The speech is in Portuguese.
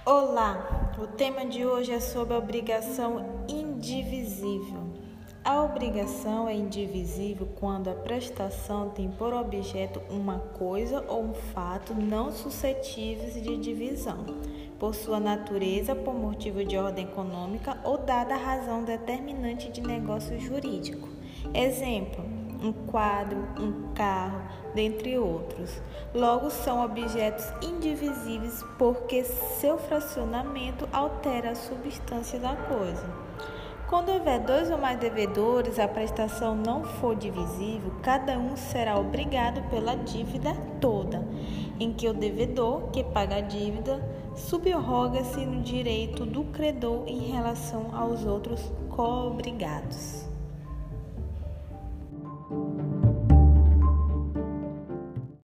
Olá, o tema de hoje é sobre a obrigação indivisível. A obrigação é indivisível quando a prestação tem por objeto uma coisa ou um fato não suscetíveis de divisão, por sua natureza, por motivo de ordem econômica ou dada a razão determinante de negócio jurídico. Exemplo: um quadro, um carro, dentre outros. Logo, são objetos indivisíveis porque seu fracionamento altera a substância da coisa. Quando houver dois ou mais devedores, a prestação não for divisível, cada um será obrigado pela dívida toda, em que o devedor, que paga a dívida, subroga-se no direito do credor em relação aos outros co-obrigados.